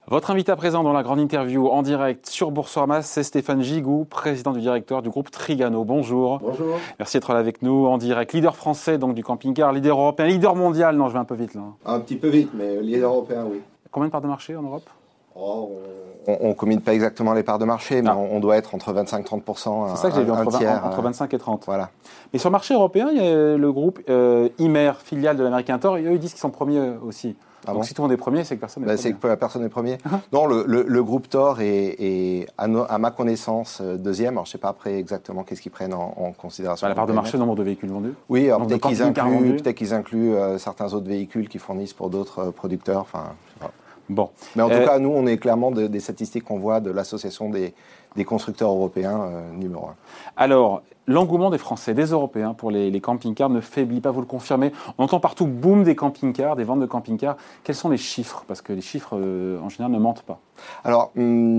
Votre invité à présent dans la grande interview en direct sur Boursorama, c'est Stéphane Gigou, président du directeur du groupe Trigano. Bonjour. Bonjour. Merci d'être là avec nous en direct. Leader français donc du camping-car, leader européen, leader mondial. Non, je vais un peu vite là. Un petit peu vite, mais leader européen, oui. Combien de parts de marché en Europe ? On ne communique pas exactement les parts de marché, mais on doit être entre 25-30%. C'est ça que j'ai vu, entre 25 et 30. Voilà. Mais sur le marché européen, il y a le groupe Imer, filiale de l'American Tour, et eux ils disent qu'ils sont premiers aussi. Ah donc bon, si tout le monde est premier, c'est que personne n'est premier. c'est que personne n'est premier. Non, le groupe Thor est à ma connaissance, deuxième. Alors, je ne sais pas après exactement qu'est-ce qu'ils prennent en considération. La part de marché, le nombre de véhicules vendus. Oui, alors peut-être qu'ils incluent certains autres véhicules qui fournissent pour d'autres producteurs. Enfin, je sais pas. Bon. Mais en tout cas, nous, on est clairement des statistiques qu'on voit de l'association des constructeurs européens numéro 1. Alors, l'engouement des Français, des Européens pour les camping-cars ne faiblit pas, vous le confirmez. On entend partout boom des camping-cars, des ventes de camping-cars. Quels sont les chiffres ? Parce que les chiffres, en général, ne mentent pas. Alors,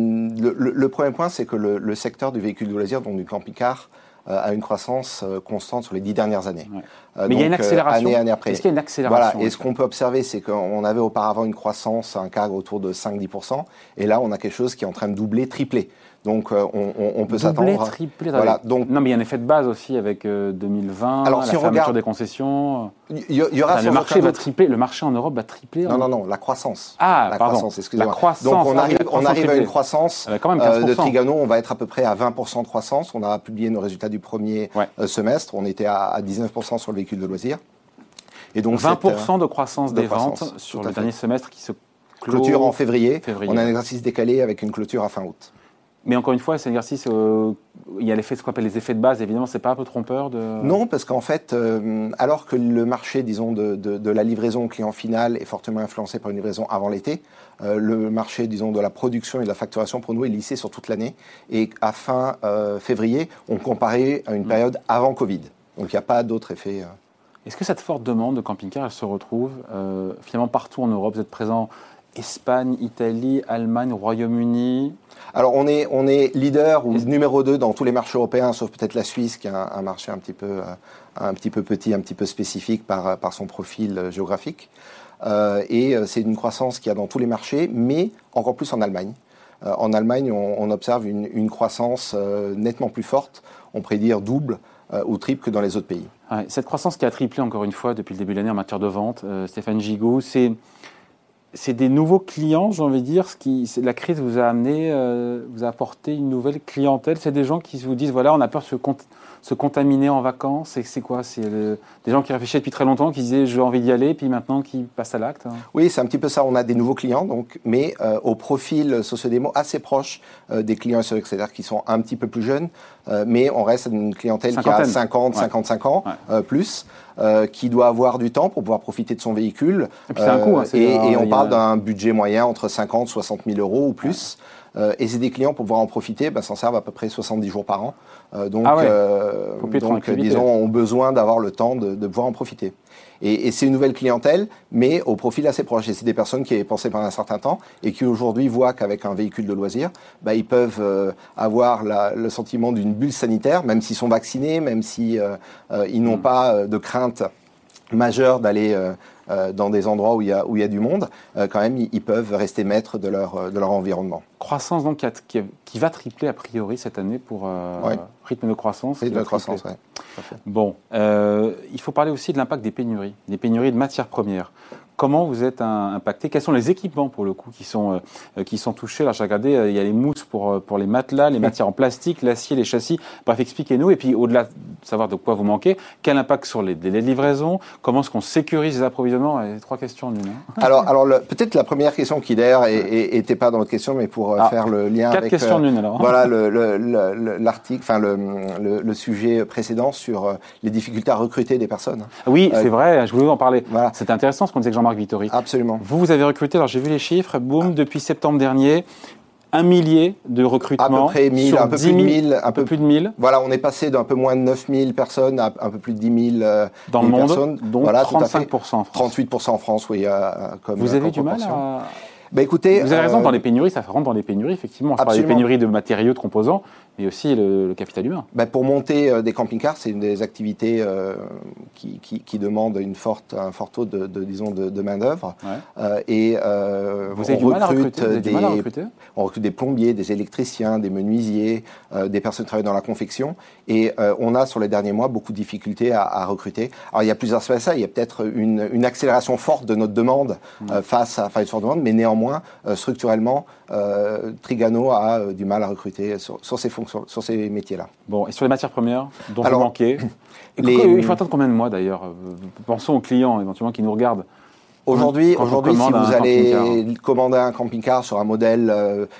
le premier point, c'est que le secteur du véhicule de loisir, donc du camping-car, a une croissance constante sur les 10 dernières années. Ouais. Mais il y a une accélération. Année après. Est-ce qu'il y a une accélération ? Voilà. Et ce qu'on peut observer, c'est qu'on avait auparavant une croissance, un CAGR autour de 5-10%. Et là, on a quelque chose qui est en train de doubler, tripler. Donc, on peut s'attendre. Doubler, tripler. Voilà. Donc, non, mais il y a un effet de base aussi avec 2020, alors, la si fermeture des concessions. Il y aura le marché va tripler. Le marché en Europe va tripler. Non, la croissance. Ah, la pardon. Croissance, excusez-moi. La croissance. Donc, on arrive à une croissance quand même de Trigano. On va être à peu près à 20% de croissance. On a publié nos résultats du premier semestre. On était à 19% sur le véhicule de loisir. Et donc 20% de croissance des ventes sur le dernier semestre qui se clôture en février. On a un exercice décalé avec une clôture à fin août. Mais encore une fois, c'est un exercice, il y a l'effet, ce qu'on appelle les effets de base, évidemment, c'est pas un peu trompeur de... Non, parce qu'en fait, alors que le marché, disons, de la livraison au client final est fortement influencé par une livraison avant l'été, le marché, disons, de la production et de la facturation, pour nous, est lissé sur toute l'année. Et à fin février, on comparait à une période avant Covid. Donc, il n'y a pas d'autre effet... Est-ce que cette forte demande de camping-car, elle se retrouve finalement partout en Europe ? Vous êtes présent Espagne, Italie, Allemagne, Royaume-Uni. Alors on est leader ou numéro 2 dans tous les marchés européens, sauf peut-être la Suisse qui a un marché un petit peu petit, un petit peu spécifique par son profil géographique. Et c'est une croissance qu'il y a dans tous les marchés, mais encore plus en Allemagne. En Allemagne, on observe une croissance nettement plus forte. On pourrait dire double ou triple que dans les autres pays. Ouais, cette croissance qui a triplé encore une fois depuis le début de l'année en matière de vente, Stéphane Gigou, c'est des nouveaux clients, j'ai envie de dire. La crise vous a amené, vous a apporté une nouvelle clientèle. C'est des gens qui vous disent, voilà, on a peur de se contaminer en vacances. C'est quoi ? C'est des gens qui réfléchissaient depuis très longtemps, qui disaient, j'ai envie d'y aller, puis maintenant qui passent à l'acte. Oui, c'est un petit peu ça. On a des nouveaux clients, donc, mais au profil socio-démo assez proche des clients historiques, c'est-à-dire qui sont un petit peu plus jeunes, mais on reste une clientèle qui a 50, 55 ans, plus. Qui doit avoir du temps pour pouvoir profiter de son véhicule. Et puis c'est un coût. Et on parle d'un budget moyen entre 50 et 60 000 euros ou plus. Et c'est des clients, pour pouvoir en profiter, s'en servent à peu près 70 jours par an. Donc, disons, ont besoin d'avoir le temps de pouvoir en profiter. Et c'est une nouvelle clientèle, mais au profil assez proche. Et c'est des personnes qui avaient pensé pendant un certain temps et qui aujourd'hui voient qu'avec un véhicule de loisir, ils peuvent avoir le sentiment d'une bulle sanitaire, même s'ils sont vaccinés, même si ils n'ont pas de crainte majeure d'aller dans des endroits où il y a du monde. Quand même, ils peuvent rester maîtres de leur environnement. Croissance donc qui va tripler a priori cette année pour rythme de croissance. Rythme de croissance, oui. Bon, il faut parler aussi de l'impact des pénuries de matières premières. Comment vous êtes impacté ? Quels sont les équipements, pour le coup, qui sont touchés ? Alors, j'ai regardé, il y a les mousses pour les matelas, les matières en plastique, l'acier, les châssis. Bref, expliquez-nous. Et puis, au-delà de savoir de quoi vous manquez, quel impact sur les délais de livraison ? Comment est-ce qu'on sécurise les approvisionnements ? 3 questions en une. Alors peut-être la première question qui, d'ailleurs, n'était pas dans votre question, mais pour faire le lien 4 avec... 4 questions en une, alors. Voilà, l'article, le sujet précédent sur les difficultés à recruter des personnes. Oui, c'est vrai, je voulais en parler. Voilà. C'était intéressant ce qu'on disait avec Jean-Marc Vittori. Absolument. Vous avez recruté, alors j'ai vu les chiffres, boum, depuis septembre dernier, 1 millier de recrutements. À peu près 1000, sur un peu plus de 1000. Un peu plus de 1000. Voilà, on est passé d'un peu moins de 9000 personnes à un peu plus de 10 000 dans le monde, personnes. dont voilà, 35% en France. 38% en France, oui. Vous avez du mal à... Écoutez, vous avez raison, dans les pénuries, ça rentre dans les pénuries, effectivement. On parle des pénuries de matériaux, de composants, et aussi le capital humain. Pour monter des camping-cars, c'est une des activités qui demande un fort taux de main-d'œuvre. Ouais. Vous avez du mal à recruter? On recrute des plombiers, des électriciens, des menuisiers, des personnes qui travaillent dans la confection. Et on a, sur les derniers mois, beaucoup de difficultés à recruter. Alors, il y a plusieurs aspects à ça. Il y a peut-être une accélération forte de notre demande face à une forte demande, mais néanmoins, structurellement, Trigano a du mal à recruter sur ces fonctions, sur ces métiers-là. Bon, et sur les matières premières dont vous manquez, il faut attendre combien de mois d'ailleurs? Pensons aux clients éventuellement qui nous regardent. Aujourd'hui, si vous allez commander un camping-car sur un modèle,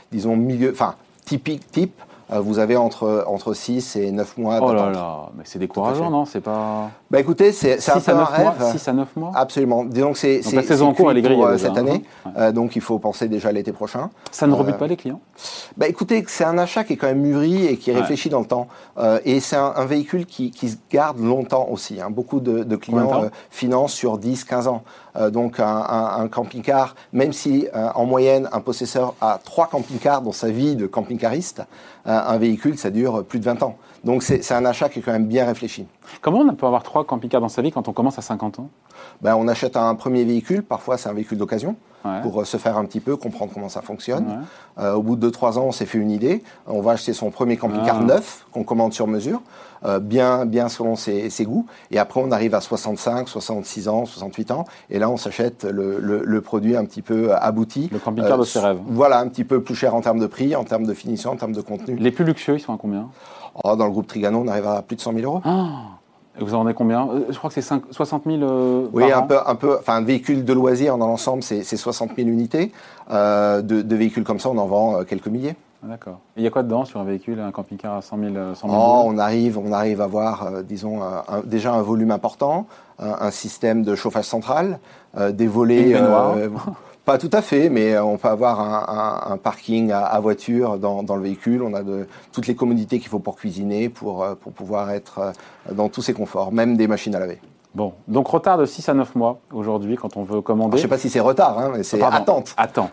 type, vous avez entre 6 et 9 mois d'attente. Oh là là, mais c'est décourageant, non? C'est pas... Écoutez, c'est un peu un rêve. 6 à 9 mois? Absolument. Disons que c'est la saison en cours, elle est grillée cette année. Donc il faut penser déjà à l'été prochain. Ça ne rebute pas les clients? Écoutez, c'est un achat qui est quand même mûri et qui est réfléchi dans le temps. Et c'est un véhicule qui se garde longtemps aussi. Beaucoup de clients financent sur 10-15 ans. Donc un camping-car, même si en moyenne un possesseur a 3 camping-cars dans sa vie de camping-cariste, un véhicule ça dure plus de 20 ans. Donc c'est un achat qui est quand même bien réfléchi. Comment on peut avoir 3 camping-cars dans sa vie quand on commence à 50 ans? On achète un premier véhicule, parfois c'est un véhicule d'occasion, pour se faire un petit peu, comprendre comment ça fonctionne. Au bout de 2-3 ans, on s'est fait une idée. On va acheter son premier camping-car neuf, qu'on commande sur mesure, bien selon ses goûts. Et après, on arrive à 65, 66 ans, 68 ans. Et là, on s'achète le produit un petit peu abouti. Le camping-car de ses rêves. Voilà, un petit peu plus cher en termes de prix, en termes de finition, en termes de contenu. Les plus luxueux, ils sont à combien? Dans le groupe Trigano, on arrive à plus de 100 000 €. Et vous en avez combien? Je crois que c'est 60 000 Oui, par an. un peu. Enfin, un véhicule de loisir dans l'ensemble, c'est 60 000 unités. De véhicules comme ça, on en vend quelques milliers. D'accord. Et il y a quoi dedans sur un véhicule, un camping-car à 100 000 on arrive à avoir, déjà un volume important, un système de chauffage central, des volets... Pas tout à fait, mais on peut avoir un parking à voiture dans le véhicule. On a toutes les commodités qu'il faut pour cuisiner, pour pouvoir être dans tous ses conforts, même des machines à laver. Bon, donc retard de 6 à 9 mois aujourd'hui quand on veut commander. Je ne sais pas si c'est retard, mais c'est attente. Attente.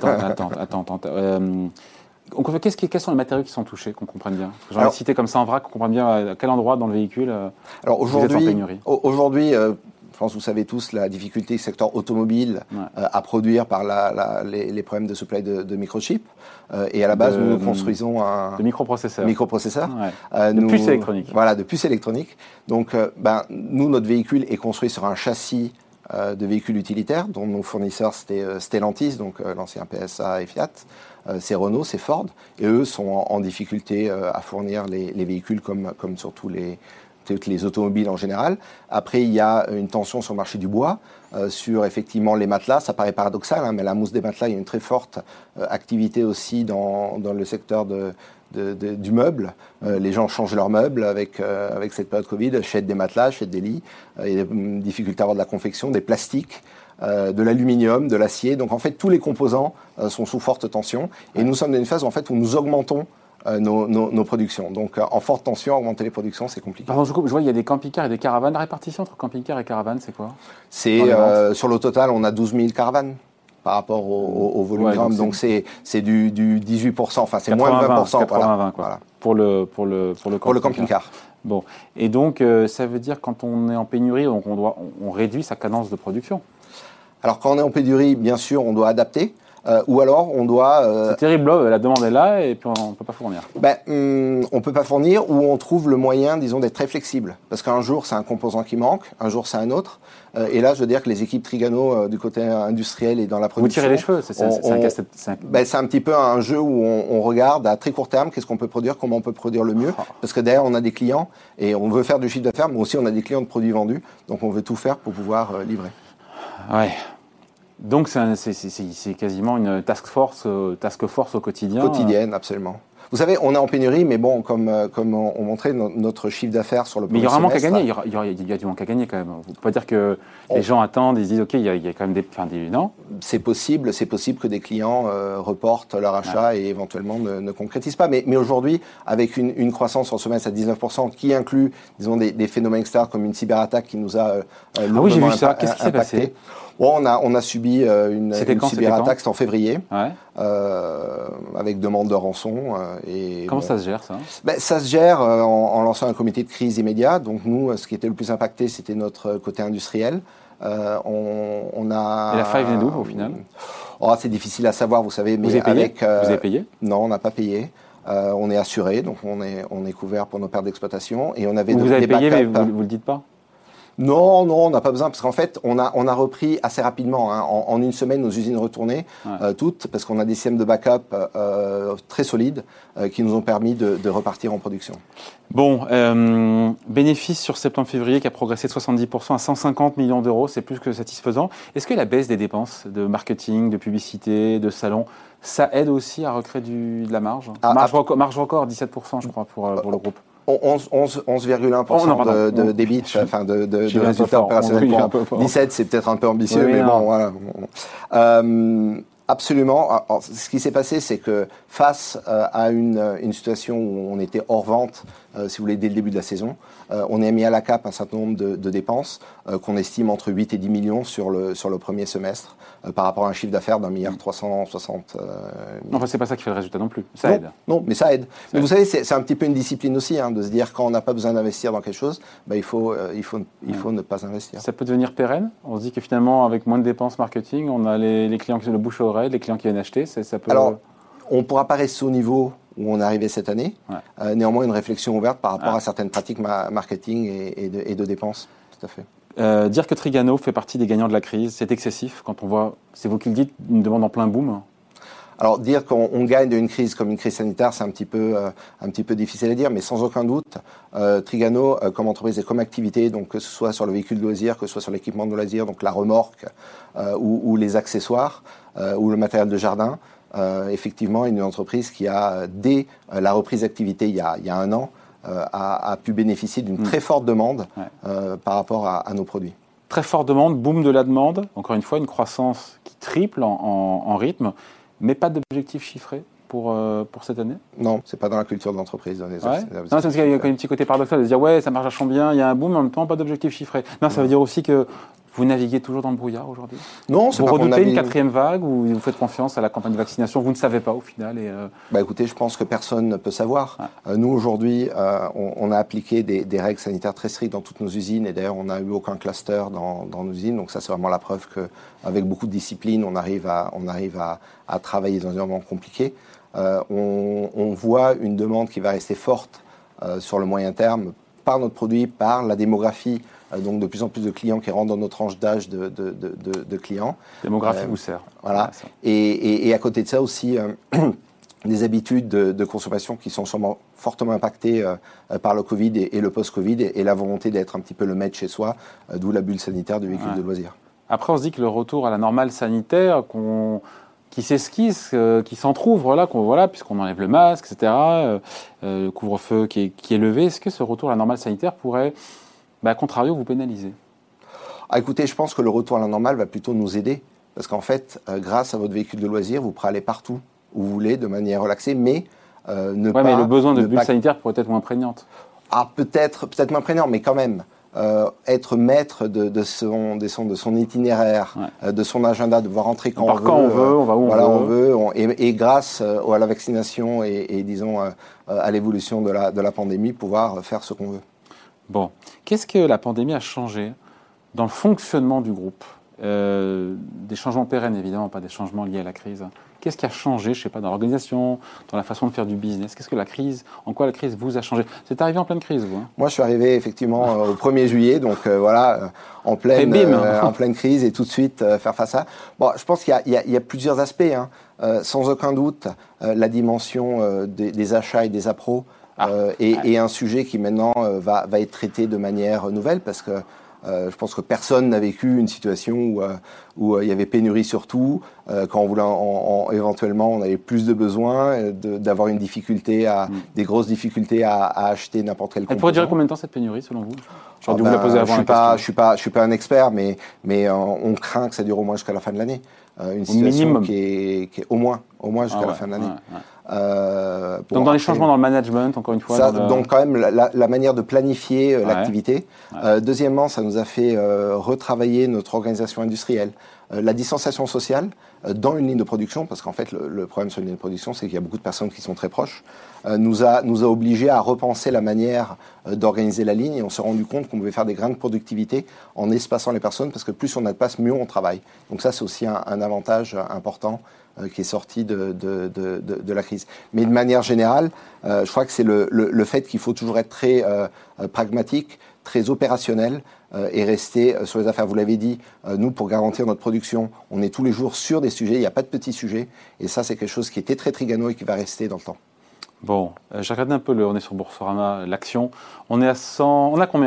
Quels sont les matériaux qui sont touchés, qu'on comprenne bien? J'en ai cité comme ça en vrac, qu'on comprenne bien à quel endroit dans le véhicule vous êtes en pénurie. Aujourd'hui, je pense que vous savez tous la difficulté du secteur automobile à produire par les problèmes de supply de microchips. Et à la base, nous construisons de microprocesseurs. De puces électroniques. Voilà, de puces électroniques. Donc, nous, notre véhicule est construit sur un châssis de véhicules utilitaires, dont nos fournisseurs, c'était Stellantis, donc l'ancien PSA et Fiat. C'est Renault, c'est Ford. Et eux sont en difficulté à fournir les véhicules comme sur toutes les automobiles en général. Après, il y a une tension sur le marché du bois, sur effectivement les matelas. Ça paraît paradoxal, mais la mousse des matelas, il y a une très forte activité aussi dans le secteur du meuble. Les gens changent leurs meubles avec cette période Covid, achètent des matelas, achètent des lits. Il y a des difficultés à avoir de la confection, des plastiques, de l'aluminium, de l'acier. Donc en fait, tous les composants sont sous forte tension. Et nous sommes dans une phase où nous augmentons nos productions. Donc, en forte tension, augmenter les productions, c'est compliqué. Pardon, je vois, il y a des camping-cars et des caravanes. La répartition entre camping-cars et caravanes, c'est quoi? Sur le total, on a 12 000 caravanes par rapport au volume gramme. Donc, c'est du 18%. Enfin, c'est moins de 20%. 80-20, quoi. Pour le camping-car. Bon. Et donc, ça veut dire quand on est en pénurie, on réduit sa cadence de production. Alors, quand on est en pénurie, bien sûr, on doit adapter. Ou alors, on doit... C'est terrible, la demande est là et puis on ne peut pas fournir. On ne peut pas fournir ou on trouve le moyen, disons, d'être très flexible. Parce qu'un jour, c'est un composant qui manque, un jour, c'est un autre. Et là, je veux dire que les équipes Trigano, du côté industriel et dans la production... Vous tirez les cheveux, c'est un petit peu un jeu où on regarde à très court terme qu'est-ce qu'on peut produire, comment on peut produire le mieux. Parce que derrière, on a des clients et on veut faire du chiffre d'affaires, mais aussi on a des clients de produits vendus. Donc, on veut tout faire pour pouvoir livrer. Ouais. Donc c'est quasiment une task force au quotidien. Quotidienne, absolument. Vous savez, on est en pénurie, mais bon, comme on montrait, notre chiffre d'affaires sur le premier semestre... Mais il y aura un manque à gagner, il y a du manque à gagner quand même. Vous ne pouvez pas dire que les gens attendent, ils se disent, OK, il y a quand même des... Non ? C'est possible que des clients reportent leur achat et éventuellement ne concrétisent pas. Mais aujourd'hui, avec une croissance sur le semestre à 19%, qui inclut, disons, des phénomènes extérieurs comme une cyberattaque qui nous a oui, j'ai vu ça. Qu'est-ce qui s'est passé ? On a subi une cyberattaque, c'était en février. avec demande de rançon. Comment ça se gère, ça? Ça se gère en lançant un comité de crise immédiat. Donc nous, ce qui était le plus impacté, c'était notre côté industriel. On a... Et la faille vient d'où, au final? C'est difficile à savoir, vous savez. Mais vous avez payé? Vous avez payé? Non, on n'a pas payé. On est assuré, donc on est couvert pour nos pertes d'exploitation. Et on avait vous avez payé, mais vous le dites pas? Non, on n'a pas besoin, parce qu'en fait, on a repris assez rapidement. Hein, en une semaine, nos usines retournées, toutes, parce qu'on a des systèmes de backup très solides qui nous ont permis de repartir en production. Bon, bénéfice sur septembre-février qui a progressé de 70% à 150 millions d'euros, c'est plus que satisfaisant. Est-ce que la baisse des dépenses de marketing, de publicité, de salon, ça aide aussi à recréer de la marge? Marge record, 17%, je crois, pour le groupe. 11,1% de débit, enfin de résultat opérationnel. 17, c'est peut-être un peu ambitieux, mais bon, voilà. Absolument. Alors, ce qui s'est passé, c'est que face à une situation où on était hors vente, si vous voulez, dès le début de la saison, on a mis à la cape un certain nombre de dépenses qu'on estime entre 8 et 10 millions sur le premier semestre par rapport à un chiffre d'affaires d'1,360 milliard. Enfin, c'est pas ça qui fait le résultat non plus. Ça aide. Non, mais ça aide. Mais vous savez, c'est un petit peu une discipline aussi, hein, de se dire quand on n'a pas besoin d'investir dans quelque chose, il faut ne pas investir. Ça peut devenir pérenne. On se dit que finalement, avec moins de dépenses marketing, on a les clients qui sont le bouche à oreille, les clients qui viennent acheter. Ça peut... Alors, on ne pourra pas rester au niveau où on est arrivé cette année. Néanmoins, une réflexion ouverte par rapport à certaines pratiques marketing et de dépenses. Tout à fait. Dire que Trigano fait partie des gagnants de la crise, c'est excessif quand on voit, c'est vous qui le dites, une demande en plein boom. Alors dire qu'on gagne d'une crise comme une crise sanitaire, c'est un petit peu difficile à dire, mais sans aucun doute, Trigano, comme entreprise et comme activité, donc que ce soit sur le véhicule de loisir, que ce soit sur l'équipement de loisir, donc la remorque ou les accessoires ou le matériel de jardin, effectivement, une entreprise qui a, dès la reprise d'activité il y a un an, a pu bénéficier d'une très forte demande par rapport à nos produits. Très forte demande, boom de la demande, encore une fois, une croissance qui triple en rythme, mais pas d'objectif chiffré pour cette année? Non, c'est pas dans la culture de l'entreprise. Non, c'est parce qu'il y a un petit côté paradoxal de se dire ouais, ça marche vachement bien, il y a un boom, mais en même temps, pas d'objectif chiffré. Non, ça veut dire aussi que vous naviguez toujours dans le brouillard aujourd'hui? Non, c'est vous pas redoutez une quatrième vague ou vous faites confiance à la campagne de vaccination? Vous ne savez pas au final Écoutez, je pense que personne ne peut savoir. Nous, aujourd'hui, on a appliqué des règles sanitaires très strictes dans toutes nos usines et d'ailleurs, on n'a eu aucun cluster dans nos usines. Donc ça, c'est vraiment la preuve qu'avec beaucoup de discipline, on arrive à travailler dans un environnement compliqué. On voit une demande qui va rester forte sur le moyen terme par notre produit, par la démographie. Donc de plus en plus de clients qui rentrent dans nos tranches d'âge de clients. Démographie vous sert. Voilà. Et à côté de ça aussi, des habitudes de consommation qui sont sûrement fortement impactées par le Covid et le post-Covid et la volonté d'être un petit peu le maître chez soi, d'où la bulle sanitaire du véhicule de loisir. Après, on se dit que le retour à la normale sanitaire qui s'esquisse, qui s'entrouvre, puisqu'on enlève le masque, etc., le couvre-feu qui est levé, est-ce que ce retour à la normale sanitaire pourrait... à contrario, vous pénalisez? Écoutez, je pense que le retour à la normale va plutôt nous aider. Parce qu'en fait, grâce à votre véhicule de loisir, vous pourrez aller partout où vous voulez, de manière relaxée, mais mais le besoin de bulle sanitaire pourrait être moins prégnante. Peut-être moins prégnant, mais quand même. Être maître de son itinéraire, de son agenda, de pouvoir rentrer quand on veut, on va où on veut. Et grâce à la vaccination et disons à l'évolution de la pandémie, pouvoir faire ce qu'on veut. Bon, qu'est-ce que la pandémie a changé dans le fonctionnement du groupe? Des changements pérennes, évidemment, pas des changements liés à la crise. Qu'est-ce qui a changé, je ne sais pas, dans l'organisation, dans la façon de faire du business? En quoi la crise vous a changé? C'est arrivé en pleine crise, vous? Moi, je suis arrivé effectivement au 1er juillet, donc en pleine crise et tout de suite faire face à ça. Bon, je pense qu'il y a plusieurs aspects. Sans aucun doute, la dimension des achats et des appros est un sujet qui maintenant va être traité de manière nouvelle parce que je pense que personne n'a vécu une situation où il y avait pénurie sur tout, quand on voulait éventuellement on avait plus de besoins, d'avoir une difficulté des grosses difficultés à acheter n'importe quel composant. Elle pourrait durer combien de temps cette pénurie selon vous? J'aurais dû vous la poser avant la question. Je suis pas un expert, mais on craint que ça dure au moins jusqu'à la fin de l'année. Une situation qui est au moins jusqu'à la fin de l'année. Donc dans les changements dans le management, encore une fois. Donc quand même la manière de planifier l'activité. Deuxièmement, ça nous a fait retravailler notre organisation industrielle. la distanciation sociale dans une ligne de production, parce qu'en fait, le problème sur une ligne de production, c'est qu'il y a beaucoup de personnes qui sont très proches, nous a obligés à repenser la manière d'organiser la ligne, et on s'est rendu compte qu'on pouvait faire des gains de productivité en espaçant les personnes, parce que plus on a de place, mieux on travaille. Donc ça, c'est aussi un avantage important qui est sorti de la crise. Mais de manière générale, je crois que c'est le fait qu'il faut toujours être très pragmatique, très opérationnel et rester sur les affaires. Vous l'avez dit, nous, pour garantir notre production, on est tous les jours sur des sujets, il n'y a pas de petits sujets. Et ça, c'est quelque chose qui était très Trigano et qui va rester dans le temps. Bon, j'ai regardé un peu, on est sur Boursorama, l'action. On est à 100, on a combien ?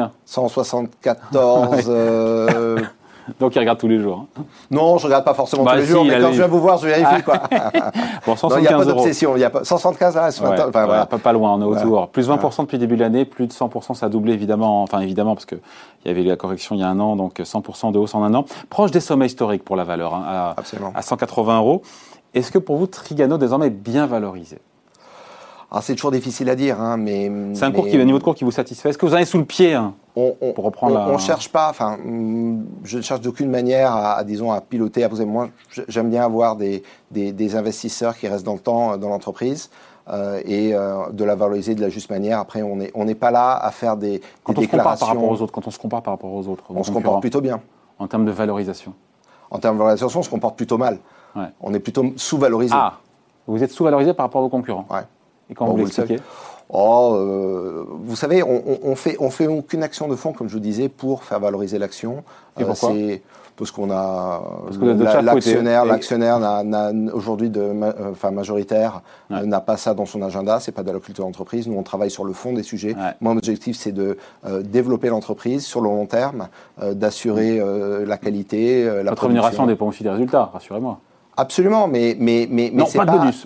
174... Donc il regarde tous les jours. Hein. Non, je ne regarde pas forcément tous les jours, mais quand je viens vous voir, je vérifie. Quoi. Bon, 175 il n'y a pas d'obsession. 175 là, ce matin. Enfin, voilà. Pas loin, on est autour. Plus 20% depuis le début de l'année, plus de 100%, ça a doublé évidemment. Enfin évidemment, parce qu'il y avait la correction il y a un an, donc 100% de hausse en un an. Proche des sommets historiques pour la valeur, hein, à 180 €. Est-ce que pour vous, Trigano désormais est bien valorisé ? Alors c'est toujours difficile à dire, hein, mais... C'est un niveau de cours qui vous satisfait. Est-ce que vous en avez sous le pied pour reprendre on cherche pas, enfin, je ne cherche d'aucune manière à piloter, à poser. Moi, j'aime bien avoir des investisseurs qui restent dans le temps dans l'entreprise et de la valoriser de la juste manière. Après, on n'est pas là à faire des déclarations. Quand on se compare par rapport aux autres, on se comporte plutôt bien. En termes de valorisation. En termes de valorisation, on se comporte plutôt mal. Ouais. On est plutôt sous-valorisé. Ah, vous êtes sous-valorisé par rapport à vos concurrents. Ouais. Et quand vous l'expliquez ? Vous savez, on fait aucune action de fond, comme je vous disais, pour faire valoriser l'action. Et pourquoi ? Parce qu'on a l'actionnaire aujourd'hui majoritaire n'a pas ça dans son agenda. C'est pas de la culture d'entreprise. Nous, on travaille sur le fond des sujets. Ouais. Mon objectif, c'est de développer l'entreprise sur le long terme, d'assurer la qualité, la production. Votre rémunération dépend aussi des résultats, rassurez-moi. Absolument, mais non, c'est pas de bonus.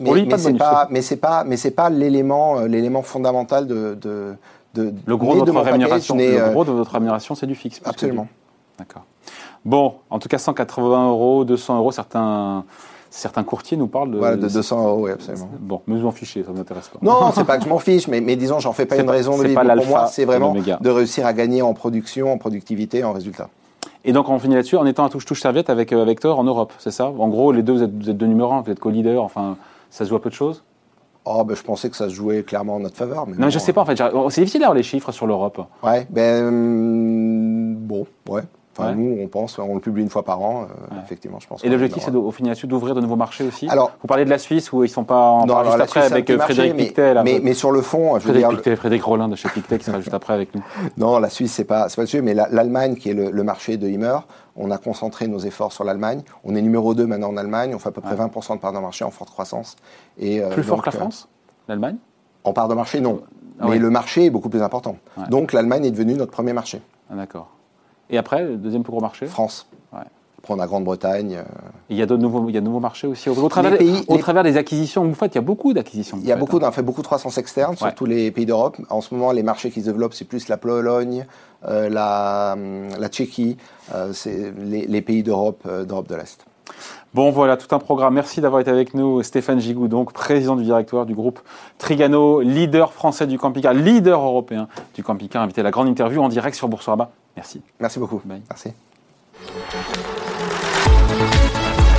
c'est pas l'élément fondamental de le gros de votre rémunération. Le gros de votre rémunération, c'est du fixe. Absolument. D'accord. Bon, en tout cas, 180 €, 200 €, certains courtiers nous parlent de... Voilà, de 200 €, oui, absolument. Bon, mais vous en fichez, ça ne m'intéresse pas. Non, c'est pas que je m'en fiche, mais disons, j'en fais pas une raison de vivre. Pour moi, c'est vraiment de réussir à gagner en production, en productivité, en résultat. Et donc, on finit là-dessus en étant un touche serviette avec Thor en Europe, c'est ça ? En gros, les deux, vous êtes deux numéro 1, vous êtes co-leader, enfin, ça se joue à peu de choses ? Je pensais que ça se jouait clairement en notre faveur. Mais non, je sais pas, en fait, c'est difficile d'avoir les chiffres sur l'Europe. Ouais, ouais. Enfin, nous, on le publie une fois par an, effectivement, je pense. Et l'objectif, c'est au final là-dessus d'ouvrir de nouveaux marchés aussi. Alors, vous parlez de la Suisse où ils ne sont pas en parle juste après avec Frédéric Pictet. Mais sur le fond, Frédéric Rollin de chez Pictet qui sera juste après avec nous. Non, la Suisse, c'est pas le sujet, mais l'Allemagne qui est le marché de Himmer, on a concentré nos efforts sur l'Allemagne. On est numéro 2 maintenant en Allemagne, on fait à peu près 20% de part de marché en forte croissance. Et, plus fort que la France, l'Allemagne ? En part de marché, non. Mais le marché est beaucoup plus important. Ouais. Donc l'Allemagne est devenue notre premier marché. Ah, d'accord. Et après, le deuxième plus gros marché ? France. Ouais. Après, on a Grande-Bretagne. Il y a de nouveaux marchés aussi. Au travers des acquisitions que vous faites, il y a beaucoup d'acquisitions. On fait beaucoup de croissance externe sur tous les pays d'Europe. En ce moment, les marchés qui se développent, c'est plus la Pologne, la Tchéquie, c'est les pays d'Europe de l'Est. Bon, voilà, tout un programme. Merci d'avoir été avec nous. Stéphane Gigou, donc président du directoire du groupe Trigano, leader français du camping-car, leader européen du camping-car, invité à la grande interview en direct sur Boursorama. Merci. Merci beaucoup. Bye. Merci.